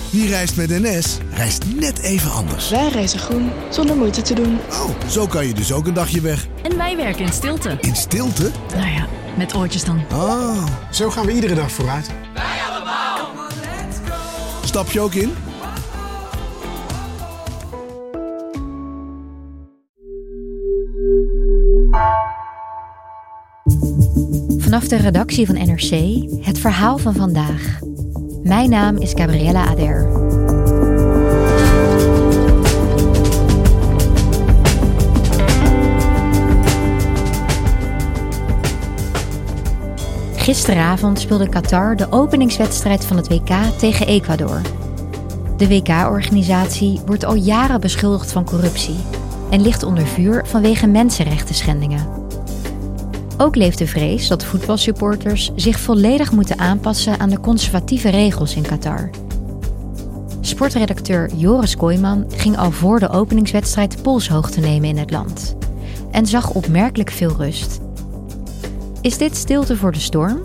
Wie reist met NS, reist net even anders. Wij reizen groen, zonder moeite te doen. Oh, zo kan je dus ook een dagje weg. En wij werken in stilte. In stilte? Nou ja, met oortjes dan. Oh. Zo gaan we iedere dag vooruit. Wij allemaal. Stap je ook in? Vanaf de redactie van NRC het verhaal van vandaag. Mijn naam is Gabriella Ader. Gisteravond speelde Qatar de openingswedstrijd van het WK tegen Ecuador. De WK-organisatie wordt al jaren beschuldigd van corruptie en ligt onder vuur vanwege mensenrechtenschendingen. Ook leeft de vrees dat voetbalsupporters zich volledig moeten aanpassen aan de conservatieve regels in Qatar. Sportredacteur Joris Kooijman ging al voor de openingswedstrijd polshoogte nemen in het land en zag opmerkelijk veel rust. Is dit stilte voor de storm?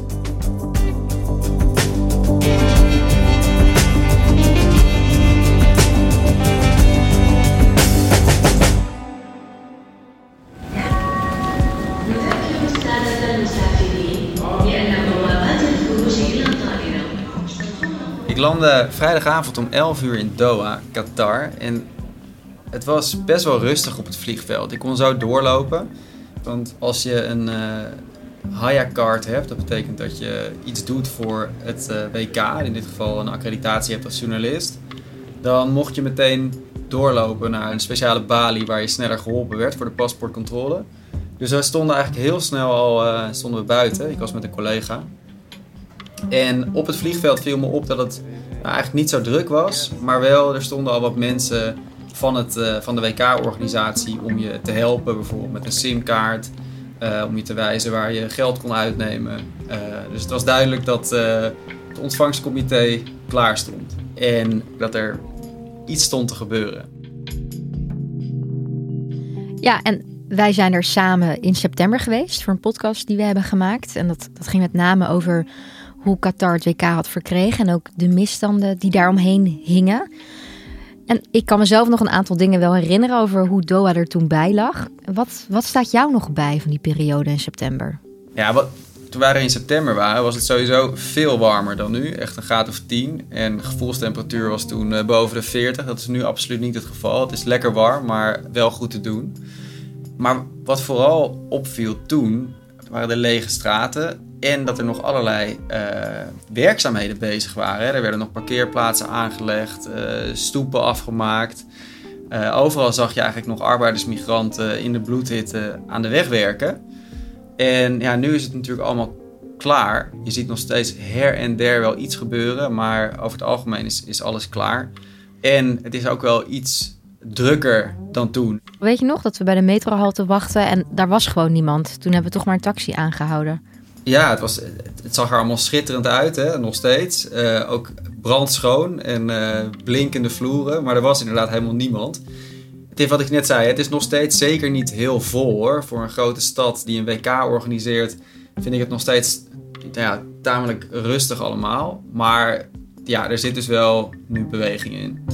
Ik landde vrijdagavond om 11 uur in Doha, Qatar. En het was best wel rustig op het vliegveld. Ik kon zo doorlopen. Want als je een Haya-card hebt, dat betekent dat je iets doet voor het WK, in dit geval een accreditatie hebt als journalist, dan mocht je meteen doorlopen naar een speciale balie waar je sneller geholpen werd voor de paspoortcontrole. Dus we stonden eigenlijk heel snel al stonden we buiten. Ik was met een collega. En op het vliegveld viel me op dat het eigenlijk niet zo druk was, maar wel er stonden al wat mensen van de WK-organisatie om je te helpen, bijvoorbeeld met een simkaart, om je te wijzen waar je geld kon uitnemen. Dus het was duidelijk dat het ontvangstcomité klaar stond en dat er iets stond te gebeuren. Ja, en wij zijn er samen in september geweest voor een podcast die we hebben gemaakt. En dat ging met name over hoe Qatar het WK had verkregen en ook de misstanden die daaromheen hingen. En ik kan mezelf nog een aantal dingen wel herinneren over hoe Doha er toen bij lag. Wat staat jou nog bij van die periode in september? Ja, toen we in september waren, was het sowieso veel warmer dan nu. Echt een graad of 10. En de gevoelstemperatuur was toen boven de 40. Dat is nu absoluut niet het geval. Het is lekker warm, maar wel goed te doen. Maar wat vooral opviel toen, waren de lege straten. En dat er nog allerlei werkzaamheden bezig waren. Hè. Er werden nog parkeerplaatsen aangelegd, stoepen afgemaakt. Overal zag je eigenlijk nog arbeidersmigranten in de bloedhitte aan de weg werken. En ja, nu is het natuurlijk allemaal klaar. Je ziet nog steeds her en der wel iets gebeuren, maar over het algemeen is alles klaar. En het is ook wel iets drukker dan toen. Weet je nog dat we bij de metrohalte wachten en daar was gewoon niemand? Toen hebben we toch maar een taxi aangehouden. Ja, het zag er allemaal schitterend uit, hè? Nog steeds. Ook brandschoon en blinkende vloeren, maar er was inderdaad helemaal niemand. Het is wat ik net zei, het is nog steeds zeker niet heel vol, hoor. Voor een grote stad die een WK organiseert, vind ik het nog steeds tamelijk rustig allemaal. Maar ja, er zit dus wel nu beweging in.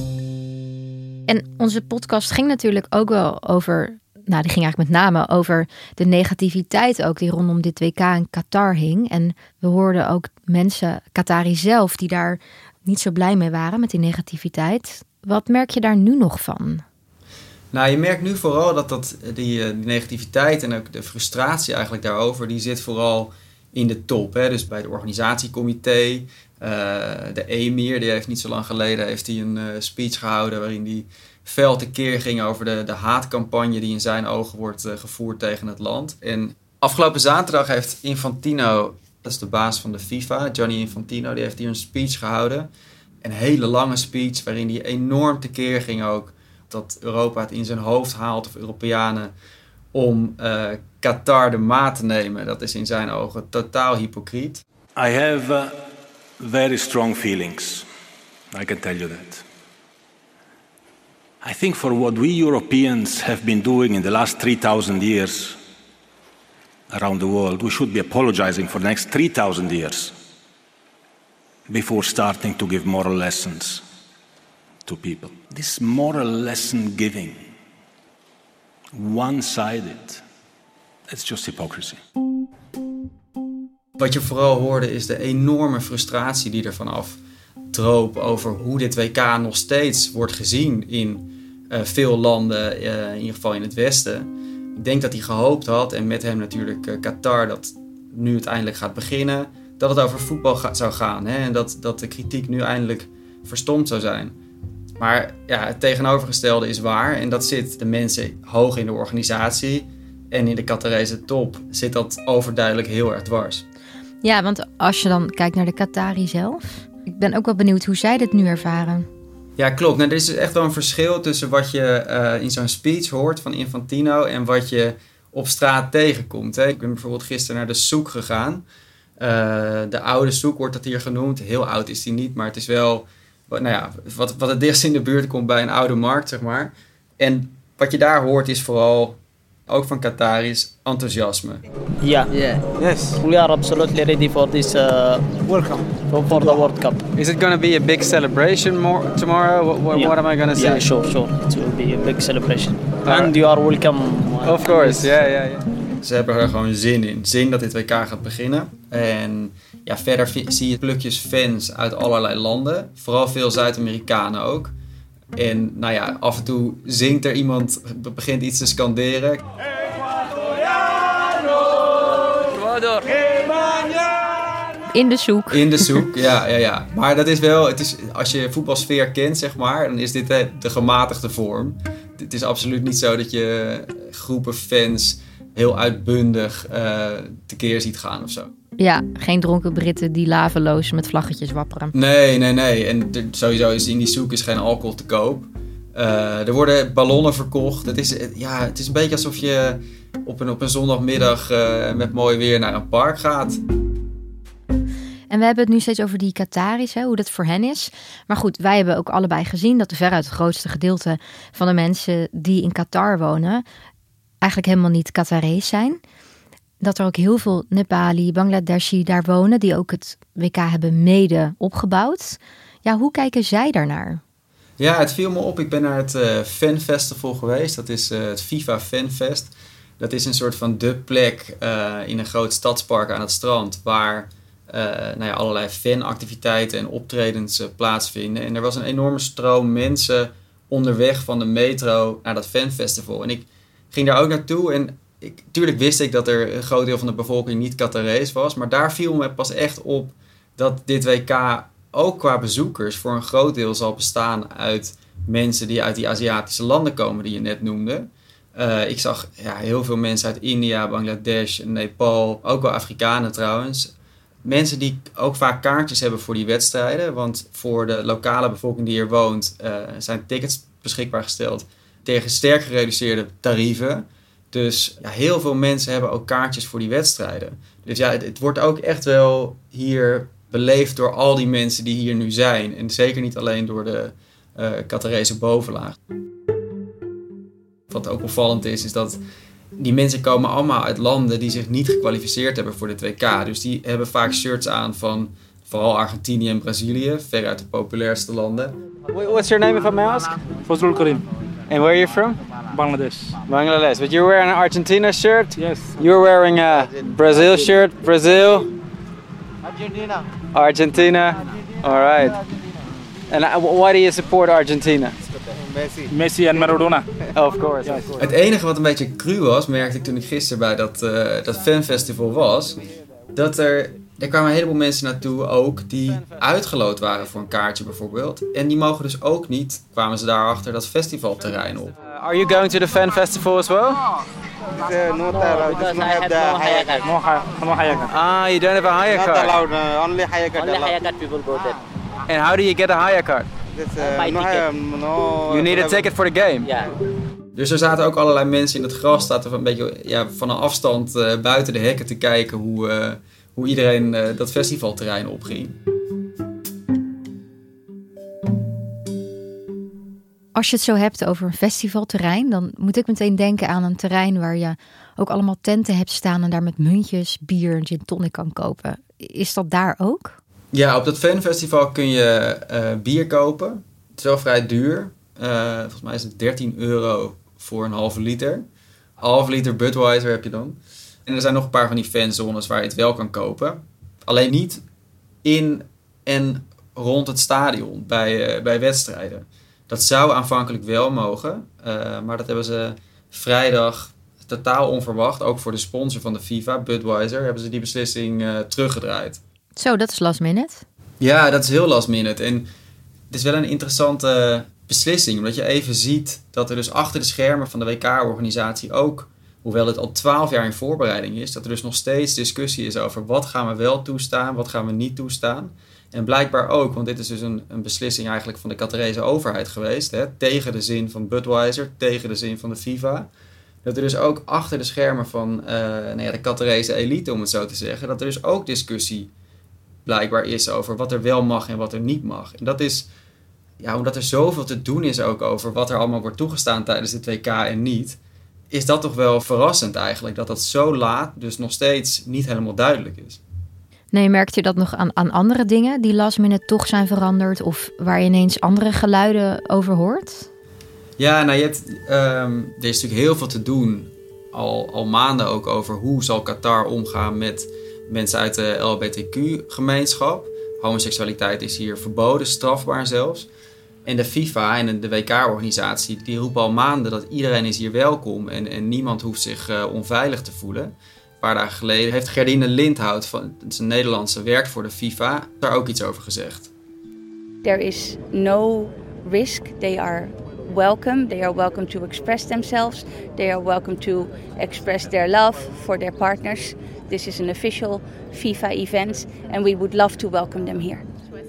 En onze podcast ging natuurlijk ook wel over, die ging eigenlijk met name over de negativiteit ook die rondom dit WK in Qatar hing. En we hoorden ook mensen, Qatari zelf, die daar niet zo blij mee waren met die negativiteit. Wat merk je daar nu nog van? Nou, je merkt nu vooral dat die negativiteit en ook de frustratie eigenlijk daarover, die zit vooral in de top. Hè? Dus bij het organisatiecomité, de emir, die heeft niet zo lang geleden een speech gehouden waarin die fel tekeer ging over de haatcampagne die in zijn ogen wordt gevoerd tegen het land. En afgelopen zaterdag heeft Infantino, dat is de baas van de FIFA, Gianni Infantino, die heeft hier een speech gehouden. Een hele lange speech waarin hij enorm tekeer ging ook dat Europa het in zijn hoofd haalt, of Europeanen, om Qatar de maat te nemen. Dat is in zijn ogen totaal hypocriet. I have very strong feelings. I can tell you that. I think for what we Europeans have been doing in the last 3,000 years around the world, we should be apologizing for the next 3,000 years. before starting to give moral lessons to people. This moral lesson giving, one-sided, it's just hypocrisy. Wat je vooral hoorde is de enorme frustratie die er vanaf droop over hoe dit WK nog steeds wordt gezien in veel landen, in ieder geval in het Westen. Ik denk dat hij gehoopt had, en met hem natuurlijk Qatar, dat nu het eindelijk gaat beginnen, dat het over voetbal zou gaan. Hè? En dat de kritiek nu eindelijk verstomd zou zijn. Maar ja, het tegenovergestelde is waar. En dat zit de mensen hoog in de organisatie. En in de Qatarese top zit dat overduidelijk heel erg dwars. Ja, want als je dan kijkt naar de Qatari zelf. Ik ben ook wel benieuwd hoe zij dit nu ervaren. Ja, klopt. Nou, er is dus echt wel een verschil tussen wat je in zo'n speech hoort van Infantino en wat je op straat tegenkomt. Hè. Ik ben bijvoorbeeld gisteren naar de souk gegaan. De oude souk wordt dat hier genoemd. Heel oud is die niet, maar het is wel wat het dichtst in de buurt komt bij een oude markt, zeg maar. En wat je daar hoort is vooral, ook van Qataris, enthousiasme. Yeah. Yes. We are absolutely ready for this World Cup. For the World Cup. Is it going to be a big celebration tomorrow? What am I going to say? Yeah, sure. It will be a big celebration. And you are welcome. Of course, yeah. Ze hebben er gewoon zin in. Zin dat dit WK gaat beginnen. En ja, verder zie je plukjes fans uit allerlei landen. Vooral veel Zuid-Amerikanen ook. En nou ja, af en toe zingt er iemand, begint iets te scanderen. Ecuador. In de souk. In de souk, ja. Maar dat is wel, als je voetbalsfeer kent, zeg maar, dan is dit de gematigde vorm. Het is absoluut niet zo dat je groepen fans heel uitbundig tekeer ziet gaan of zo. Ja, geen dronken Britten die laveloos met vlaggetjes wapperen. Nee. En sowieso is in die souk is geen alcohol te koop. Er worden ballonnen verkocht. Het is een beetje alsof je op een zondagmiddag met mooi weer naar een park gaat. En we hebben het nu steeds over die Qataris, hoe dat voor hen is. Maar goed, wij hebben ook allebei gezien dat veruit het grootste gedeelte van de mensen die in Qatar wonen eigenlijk helemaal niet Qatarees zijn. Dat er ook heel veel Nepali, Bangladeshi daar wonen die ook het WK hebben mede opgebouwd. Ja, hoe kijken zij daarnaar? Ja, het viel me op. Ik ben naar het Fanfestival geweest. Dat is het FIFA Fanfest. Dat is een soort van de plek in een groot stadspark aan het strand waar allerlei fanactiviteiten en optredens plaatsvinden. En er was een enorme stroom mensen onderweg van de metro naar dat fanfestival. En ik ging daar ook naartoe en tuurlijk wist ik dat er een groot deel van de bevolking niet Qatarees was. Maar daar viel me pas echt op dat dit WK ook qua bezoekers voor een groot deel zal bestaan uit mensen die uit die Aziatische landen komen die je net noemde. Ik zag heel veel mensen uit India, Bangladesh, Nepal, ook wel Afrikanen trouwens. Mensen die ook vaak kaartjes hebben voor die wedstrijden. Want voor de lokale bevolking die hier woont zijn tickets beschikbaar gesteld tegen sterk gereduceerde tarieven. Dus heel veel mensen hebben ook kaartjes voor die wedstrijden. Dus ja, het wordt ook echt wel hier beleefd door al die mensen die hier nu zijn. En zeker niet alleen door de Qatarese bovenlaag. Wat ook opvallend is dat die mensen komen allemaal uit landen die zich niet gekwalificeerd hebben voor dit WK. Dus die hebben vaak shirts aan van vooral Argentinië en Brazilië, veruit de populairste landen. What's your name if I may ask? Fazlul Karim. And where are you from? Bangladesh. Bangladesh. But you're wearing an Argentina shirt? Yes. You're wearing a Brazil shirt? Brazil? Argentina. All right. And why do you support Argentina? Messi en Maradona. Of course. Het enige wat een beetje cru was, merkte ik toen ik gisteren bij dat fanfestival was, dat er kwamen een heleboel mensen naartoe ook die uitgeloot waren voor een kaartje bijvoorbeeld. En die mogen dus ook niet, kwamen ze daarachter, dat festivalterrein op. Are you going to the fan festival as well? No, because I have no hire card. No hire card. Ah, you don't have a hire card. Not allowed. Only hire card. Only hire card people go there. And how do you get a hire card? You need a ticket for the game. Yeah. Dus er zaten ook allerlei mensen in het gras, zaten een beetje van een afstand buiten de hekken te kijken hoe iedereen dat festivalterrein opging. Als je het zo hebt over een festivalterrein, dan moet ik meteen denken aan een terrein waar je ook allemaal tenten hebt staan en daar met muntjes, bier en gin tonic kan kopen. Is dat daar ook? Ja, op dat fanfestival kun je bier kopen. Het is wel vrij duur. Volgens mij is het €13 voor een halve liter. Halve liter Budweiser heb je dan. En er zijn nog een paar van die fanzones waar je het wel kan kopen. Alleen niet in en rond het stadion bij wedstrijden. Dat zou aanvankelijk wel mogen. Maar dat hebben ze vrijdag totaal onverwacht. Ook voor de sponsor van de FIFA, Budweiser, hebben ze die beslissing teruggedraaid. Zo, dat is last minute. Ja, dat is heel last minute. En het is wel een interessante beslissing. Omdat je even ziet dat er dus achter de schermen van de WK-organisatie ook, hoewel het al 12 jaar in voorbereiding is, dat er dus nog steeds discussie is over wat gaan we wel toestaan, wat gaan we niet toestaan. En blijkbaar ook, want dit is dus een beslissing eigenlijk van de Qatarese overheid geweest, hè, tegen de zin van Budweiser, tegen de zin van de FIFA. Dat er dus ook achter de schermen van de Qatarese elite, om het zo te zeggen, dat er dus ook discussie blijkbaar is over wat er wel mag en wat er niet mag. En dat is, omdat er zoveel te doen is ook over wat er allemaal wordt toegestaan tijdens dit WK en niet, is dat toch wel verrassend eigenlijk, dat dat zo laat dus nog steeds niet helemaal duidelijk is. Nee, merkt u dat nog aan andere dingen die last minute toch zijn veranderd of waar je ineens andere geluiden over hoort? Ja, er is natuurlijk heel veel te doen, al maanden ook over hoe zal Qatar omgaan met mensen uit de LHBTQ-gemeenschap. Homoseksualiteit is hier verboden, strafbaar zelfs. En de FIFA en de WK-organisatie, die roepen al maanden dat iedereen is hier welkom en niemand hoeft zich onveilig te voelen. Een paar dagen geleden heeft Gerdine Lindhout, dat is een Nederlandse, werkt voor de FIFA, daar ook iets over gezegd. There is no risk. They are welcome. They are welcome to express themselves. They are welcome to express their love for their partners. This is an official FIFA event and we would love to welcome them here.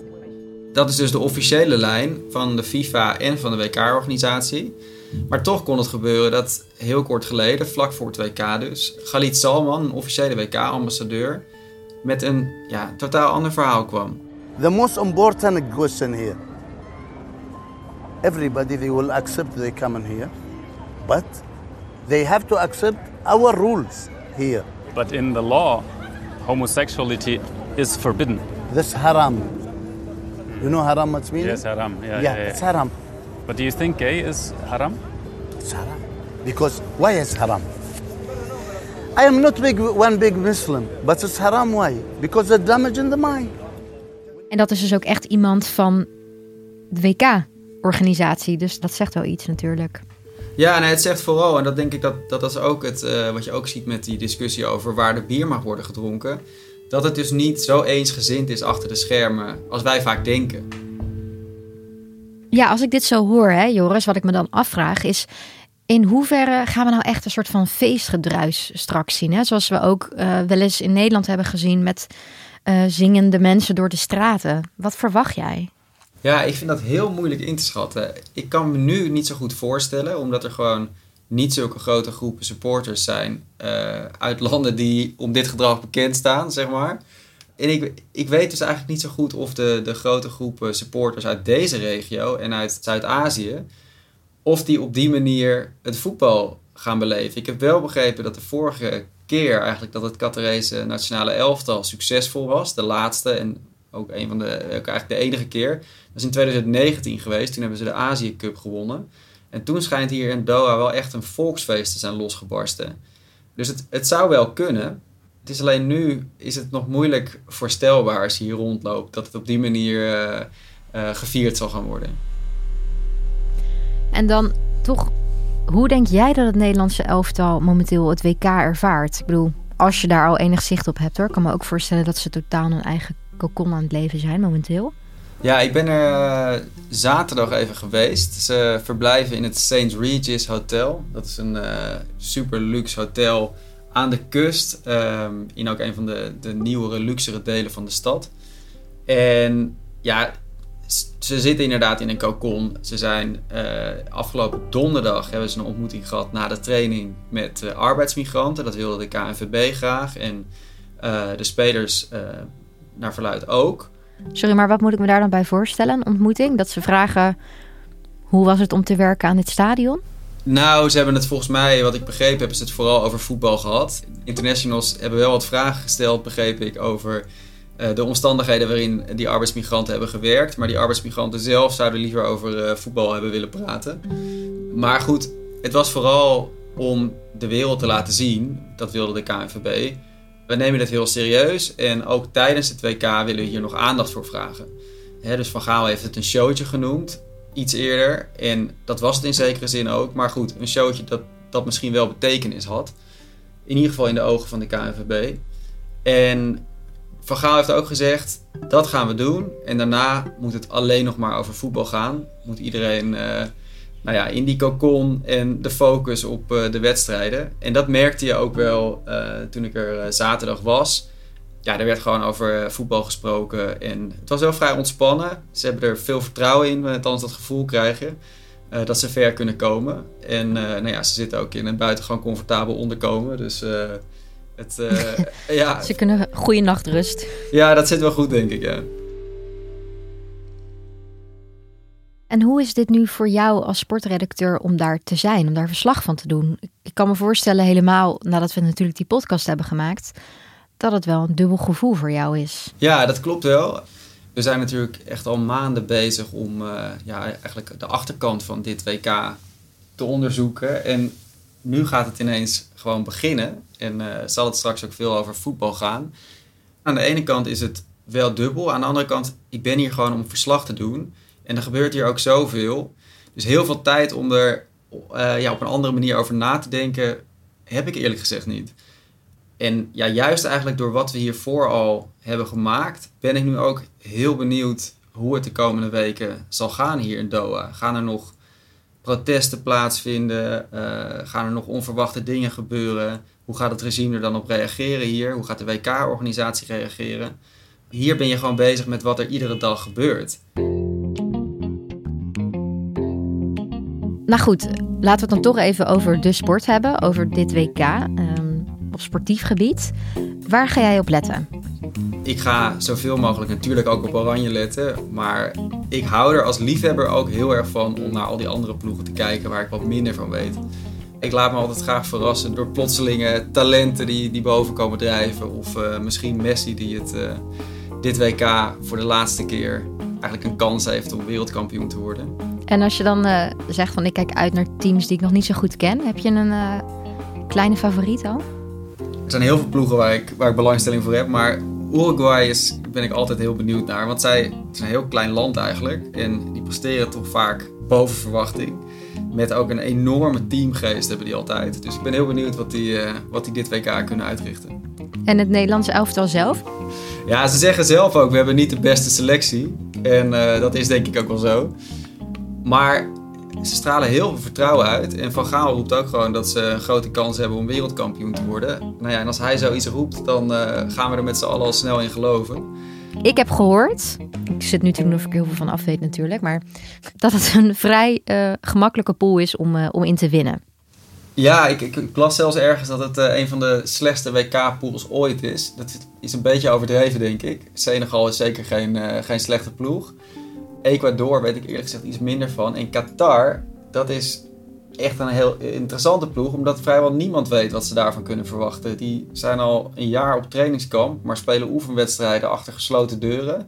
Dat is dus de officiële lijn van de FIFA en van de WK-organisatie. Maar toch kon het gebeuren dat heel kort geleden, vlak voor het WK dus, Khalid Salman, een officiële WK-ambassadeur, met een totaal ander verhaal kwam. The most important question here. Everybody they will accept they come in here, but they have to accept our rules here. But in the law, homosexuality is forbidden. This haram. You know haram what's meaning? Yes, haram. Yeah, it's haram. But do you think gay is haram? It's haram. Because why is haram? I am not one big Muslim, but it's haram. Why? Because it's damaging the mind. En dat is dus ook echt iemand van de WK-organisatie. Dus dat zegt wel iets natuurlijk. Ja, nee, het zegt vooral, en dat denk ik dat is ook het wat je ook ziet met die discussie over waar de bier mag worden gedronken, dat het dus niet zo eensgezind is achter de schermen als wij vaak denken. Ja, als ik dit zo hoor, hè, Joris, wat ik me dan afvraag is, in hoeverre gaan we nou echt een soort van feestgedruis straks zien? Hè? Zoals we ook wel eens in Nederland hebben gezien met zingende mensen door de straten. Wat verwacht jij? Ja, ik vind dat heel moeilijk in te schatten. Ik kan me nu niet zo goed voorstellen, omdat er gewoon niet zulke grote groepen supporters zijn uit landen die om dit gedrag bekend staan, zeg maar. En ik weet dus eigenlijk niet zo goed of de grote groepen supporters uit deze regio en uit Zuid-Azië, of die op die manier het voetbal gaan beleven. Ik heb wel begrepen dat de vorige keer eigenlijk dat het Qatarese nationale elftal succesvol was. De laatste en ook eigenlijk de enige keer. Dat is in 2019 geweest. Toen hebben ze de Azië Cup gewonnen. En toen schijnt hier in Doha wel echt een volksfeest te zijn losgebarsten. Dus het zou wel kunnen. Het is alleen nu is het nog moeilijk voorstelbaar als je hier rondloopt dat het op die manier gevierd zal gaan worden. En dan toch, hoe denk jij dat het Nederlandse elftal momenteel het WK ervaart? Ik bedoel, als je daar al enig zicht op hebt hoor. Ik kan me ook voorstellen dat ze totaal hun eigen kokon aan het leven zijn momenteel. Ja, ik ben er zaterdag even geweest. Ze verblijven in het St. Regis Hotel. Dat is een super luxe hotel aan de kust. In ook een van de nieuwere, luxere delen van de stad. En ja, ze zitten inderdaad in een kokon. Ze zijn afgelopen donderdag hebben ze een ontmoeting gehad na de training met arbeidsmigranten. Dat wilde de KNVB graag. En de spelers naar verluidt ook. Sorry, maar wat moet ik me daar dan bij voorstellen? Een ontmoeting? Dat ze vragen, hoe was het om te werken aan dit stadion? Nou, ze hebben het volgens mij, wat ik begrepen heb, is het vooral over voetbal gehad. Internationals hebben wel wat vragen gesteld, begreep ik, over de omstandigheden waarin die arbeidsmigranten hebben gewerkt. Maar die arbeidsmigranten zelf zouden liever over voetbal hebben willen praten. Maar goed, het was vooral om de wereld te laten zien, dat wilde de KNVB. We nemen dit heel serieus en ook tijdens het WK willen we hier nog aandacht voor vragen. Dus Van Gaal heeft het een showtje genoemd, iets eerder. En dat was het in zekere zin ook. Maar goed, een showtje dat misschien wel betekenis had. In ieder geval in de ogen van de KNVB. En Van Gaal heeft ook gezegd, dat gaan we doen. En daarna moet het alleen nog maar over voetbal gaan. Moet iedereen in die cocon en de focus op de wedstrijden. En dat merkte je ook wel toen ik er zaterdag was. Ja, er werd gewoon over voetbal gesproken. En het was wel vrij ontspannen. Ze hebben er veel vertrouwen in, althans dat gevoel krijgen. Dat ze ver kunnen komen. En ze zitten ook in een buitengewoon comfortabel onderkomen. Dus Ze kunnen goede nachtrust. Ja, dat zit wel goed, denk ik, ja. En hoe is dit nu voor jou als sportredacteur om daar te zijn, om daar verslag van te doen? Ik kan me voorstellen, helemaal nadat we natuurlijk die podcast hebben gemaakt, dat het wel een dubbel gevoel voor jou is. Ja, dat klopt wel. We zijn natuurlijk echt al maanden bezig om eigenlijk de achterkant van dit WK te onderzoeken. En nu gaat het ineens gewoon beginnen. En zal het straks ook veel over voetbal gaan. Aan de ene kant is het wel dubbel. Aan de andere kant, ik ben hier gewoon om verslag te doen. En er gebeurt hier ook zoveel. Dus heel veel tijd om er op een andere manier over na te denken, heb ik eerlijk gezegd niet. En ja, juist eigenlijk door wat we hiervoor al hebben gemaakt, ben ik nu ook heel benieuwd hoe het de komende weken zal gaan hier in Doha. Gaan er nog protesten plaatsvinden? Gaan er nog onverwachte dingen gebeuren? Hoe gaat het regime er dan op reageren hier? Hoe gaat de WK-organisatie reageren? Hier ben je gewoon bezig met wat er iedere dag gebeurt. Nou goed, laten we het dan toch even over de sport hebben, over dit WK op sportief gebied. Waar ga jij op letten? Ik ga zoveel mogelijk natuurlijk ook op Oranje letten, maar ik hou er als liefhebber ook heel erg van om naar al die andere ploegen te kijken waar ik wat minder van weet. Ik laat me altijd graag verrassen door plotselinge talenten die boven komen drijven of misschien Messi die dit WK voor de laatste keer eigenlijk een kans heeft om wereldkampioen te worden. En als je dan zegt van ik kijk uit naar teams die ik nog niet zo goed ken, heb je een kleine favoriet al? Er zijn heel veel ploegen waar ik belangstelling voor heb, maar Uruguay ben ik altijd heel benieuwd naar. Want het is een heel klein land eigenlijk en die presteren toch vaak boven verwachting. Met ook een enorme teamgeest hebben die altijd. Dus ik ben heel benieuwd wat die dit WK kunnen uitrichten. En het Nederlandse elftal zelf? Ja, ze zeggen zelf ook, we hebben niet de beste selectie. En dat is denk ik ook wel zo. Maar ze stralen heel veel vertrouwen uit. En Van Gaal roept ook gewoon dat ze een grote kans hebben om wereldkampioen te worden. Nou ja, en als hij zoiets roept, dan gaan we er met z'n allen al snel in geloven. Ik heb gehoord, ik zit nu te doen of ik heel veel van af weet natuurlijk, maar dat het een vrij gemakkelijke pool is om in te winnen. Ja, ik las zelfs ergens dat het een van de slechtste WK-pools ooit is. Dat is een beetje overdreven, denk ik. Senegal is zeker geen slechte ploeg. Ecuador weet ik eerlijk gezegd iets minder van. En Qatar, dat is echt een heel interessante ploeg, omdat vrijwel niemand weet wat ze daarvan kunnen verwachten. Die zijn al een jaar op trainingskamp, maar spelen oefenwedstrijden achter gesloten deuren.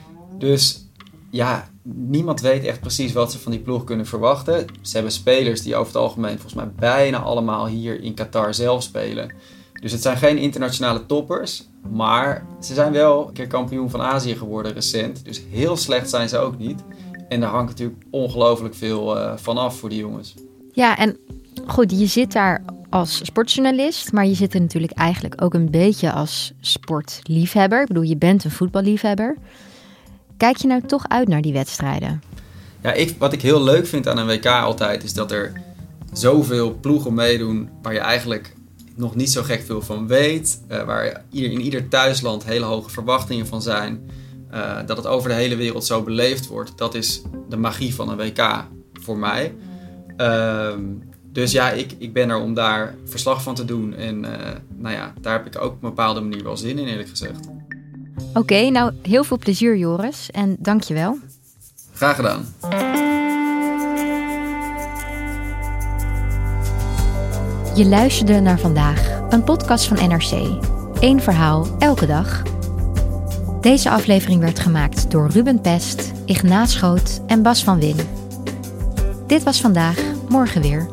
Dus ja, niemand weet echt precies wat ze van die ploeg kunnen verwachten. Ze hebben spelers die over het algemeen volgens mij bijna allemaal hier in Qatar zelf spelen. Dus het zijn geen internationale toppers, maar ze zijn wel een keer kampioen van Azië geworden recent. Dus heel slecht zijn ze ook niet. En daar hangt natuurlijk ongelooflijk veel van af voor die jongens. Ja, en goed, je zit daar als sportjournalist, maar je zit er natuurlijk eigenlijk ook een beetje als sportliefhebber. Ik bedoel, je bent een voetballiefhebber. Kijk je nou toch uit naar die wedstrijden? Ja, wat ik heel leuk vind aan een WK altijd, is dat er zoveel ploegen meedoen waar je eigenlijk nog niet zo gek veel van weet. Waar in ieder thuisland hele hoge verwachtingen van zijn. Dat het over de hele wereld zo beleefd wordt. Dat is de magie van een WK voor mij. Dus ja, ik ben er om daar verslag van te doen. En daar heb ik ook op een bepaalde manier wel zin in, eerlijk gezegd. Oké, nou heel veel plezier Joris en dank je wel. Graag gedaan. Je luisterde naar Vandaag, een podcast van NRC. Eén verhaal, elke dag. Deze aflevering werd gemaakt door Ruben Pest, Ignaat Schoot en Bas van Win. Dit was Vandaag, morgen weer.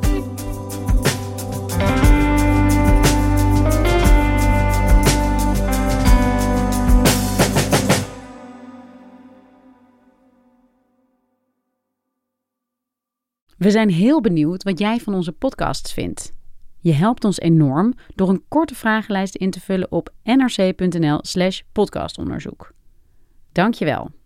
We zijn heel benieuwd wat jij van onze podcasts vindt. Je helpt ons enorm door een korte vragenlijst in te vullen op nrc.nl/podcastonderzoek. Dank je wel.